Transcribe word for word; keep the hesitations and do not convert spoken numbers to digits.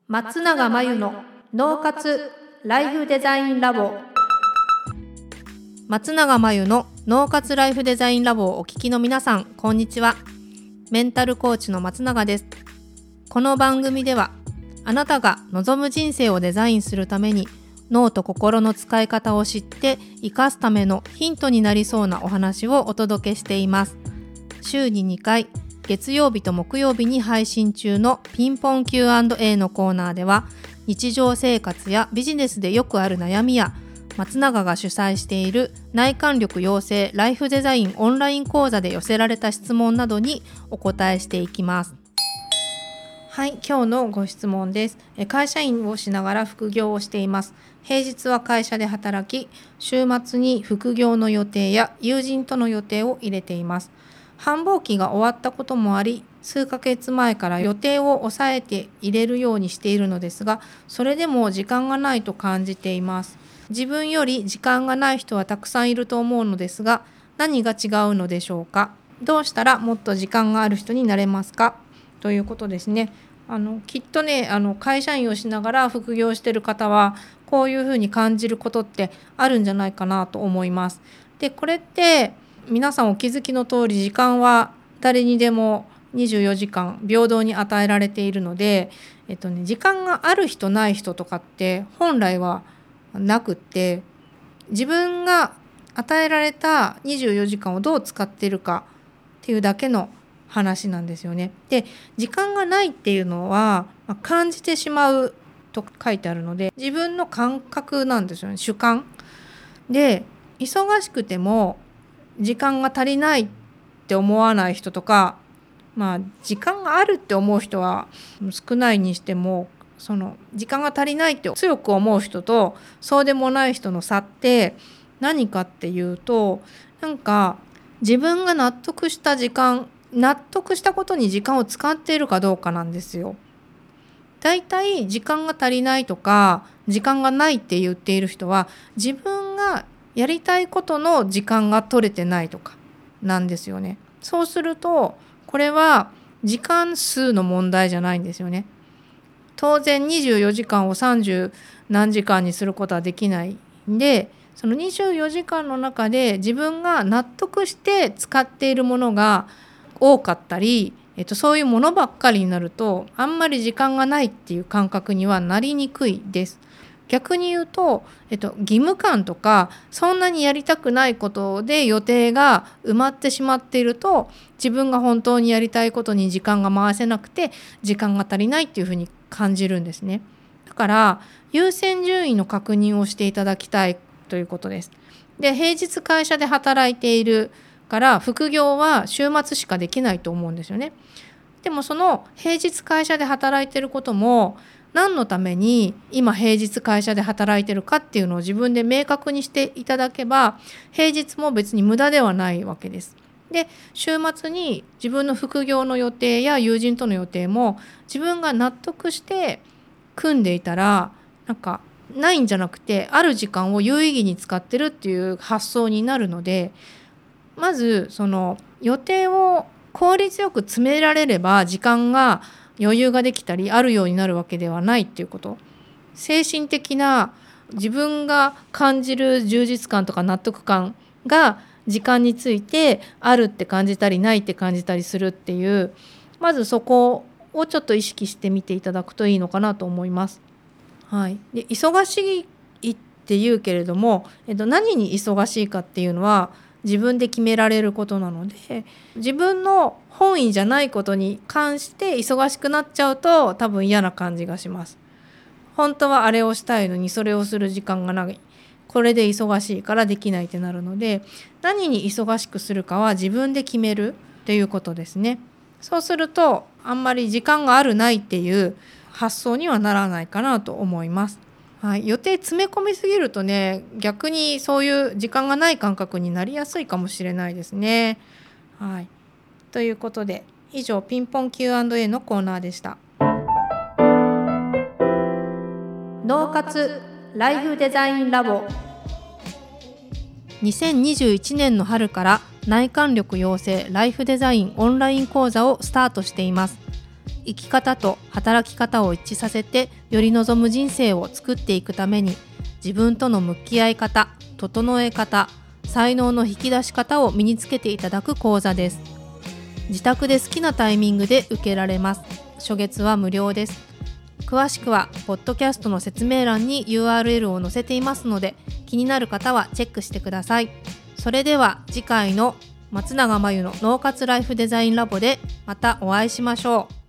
松永真由の脳活ライフデザインラボ。松永真由の脳活ライフデザインラボをお聞きの皆さん、こんにちは。メンタルコーチの松永です。この番組では、あなたが望む人生をデザインするために脳と心の使い方を知って生かすためのヒントになりそうなお話をお届けしています。週ににかい、月曜日と木曜日に配信中のピンポン キューアンドエー のコーナーでは、日常生活やビジネスでよくある悩みや、松永が主催している内観力養成ライフデザインオンライン講座で寄せられた質問などにお答えしていきます。はい、今日のご質問です。会社員をしながら副業をしています。平日は会社で働き、週末に副業の予定や友人との予定を入れています。繁忙期が終わったこともあり、数ヶ月前から予定を抑えて入れるようにしているのですが、それでも時間がないと感じています。自分より時間がない人はたくさんいると思うのですが、何が違うのでしょうか。どうしたらもっと時間がある人になれますか、ということですね。あのきっとね、あの会社員をしながら副業している方はこういうふうに感じることってあるんじゃないかなと思います。で、これって皆さんお気づきの通り、時間は誰にでもにじゅうよじかん平等に与えられているので、えっとね、時間がある人ない人とかって本来はなくって、自分が与えられたにじゅうよじかんをどう使っているかっていうだけの話なんですよね。で、時間がないっていうのは、まあ、感じてしまうと書いてあるので、自分の感覚なんですよね。主観で、忙しくても時間が足りないって思わない人とか、まあ時間があるって思う人は少ないにしても、その時間が足りないって強く思う人とそうでもない人の差って何かっていうと、なんか自分が納得した時間、納得したことに時間を使っているかどうかなんですよ。だいたい時間が足りないとか時間がないって言っている人は、自分がやりたいことの時間が取れてないとかなんですよね。そうするとこれは時間数の問題じゃないんですよね。当然にじゅうよじかんをさんじゅう何時間にすることはできないんで、そのにじゅうよじかんの中で自分が納得して使っているものが多かったり、えっと、そういうものばっかりになると、あんまり時間がないっていう感覚にはなりにくいです。逆に言うと、えっと、義務感とかそんなにやりたくないことで予定が埋まってしまっていると、自分が本当にやりたいことに時間が回せなくて時間が足りないっていうふうに感じるんですね。だから優先順位の確認をしていただきたいということです。で、平日会社で働いているから副業は週末しかできないと思うんですよね。でもその平日会社で働いていることも、何のために今平日会社で働いてるかっていうのを自分で明確にしていただけば、平日も別に無駄ではないわけです。で、週末に自分の副業の予定や友人との予定も自分が納得して組んでいたら、なんかないんじゃなくて、ある時間を有意義に使ってるっていう発想になるので、まずその予定を効率よく詰められれば時間が余裕ができたりあるようになるわけではないっていうこと。精神的な自分が感じる充実感とか納得感が時間についてあるって感じたりないって感じたりするっていう、まずそこをちょっと意識してみていただくといいのかなと思います。はい、で、忙しいって言うけれども、えっと、何に忙しいかっていうのは自分で決められることなので、自分の本意じゃないことに関して忙しくなっちゃうと多分嫌な感じがします。本当はあれをしたいのにそれをする時間がない、これで忙しいからできないってなるので、何に忙しくするかは自分で決めるっていうことですね。そうするとあんまり時間があるないっていう発想にはならないかなと思います。はい、予定詰め込みすぎるとね、逆にそういう時間がない感覚になりやすいかもしれないですね。はい、ということで、以上ピンポン キューアンドエー のコーナーでした。脳活ライフデザインラボ。にせんにじゅういちねんの春から内観力養成ライフデザインオンライン講座をスタートしています。 生き方と働き方を一致させてより望む人生を作っていくために、自分との向き合い方、整え方、才能の引き出し方を身につけていただく講座です。自宅で好きなタイミングで受けられます。初月は無料です。詳しくはポッドキャストの説明欄に ユーアールエル を載せていますので、気になる方はチェックしてください。それでは次回の松永真由の脳活ライフデザインラボでまたお会いしましょう。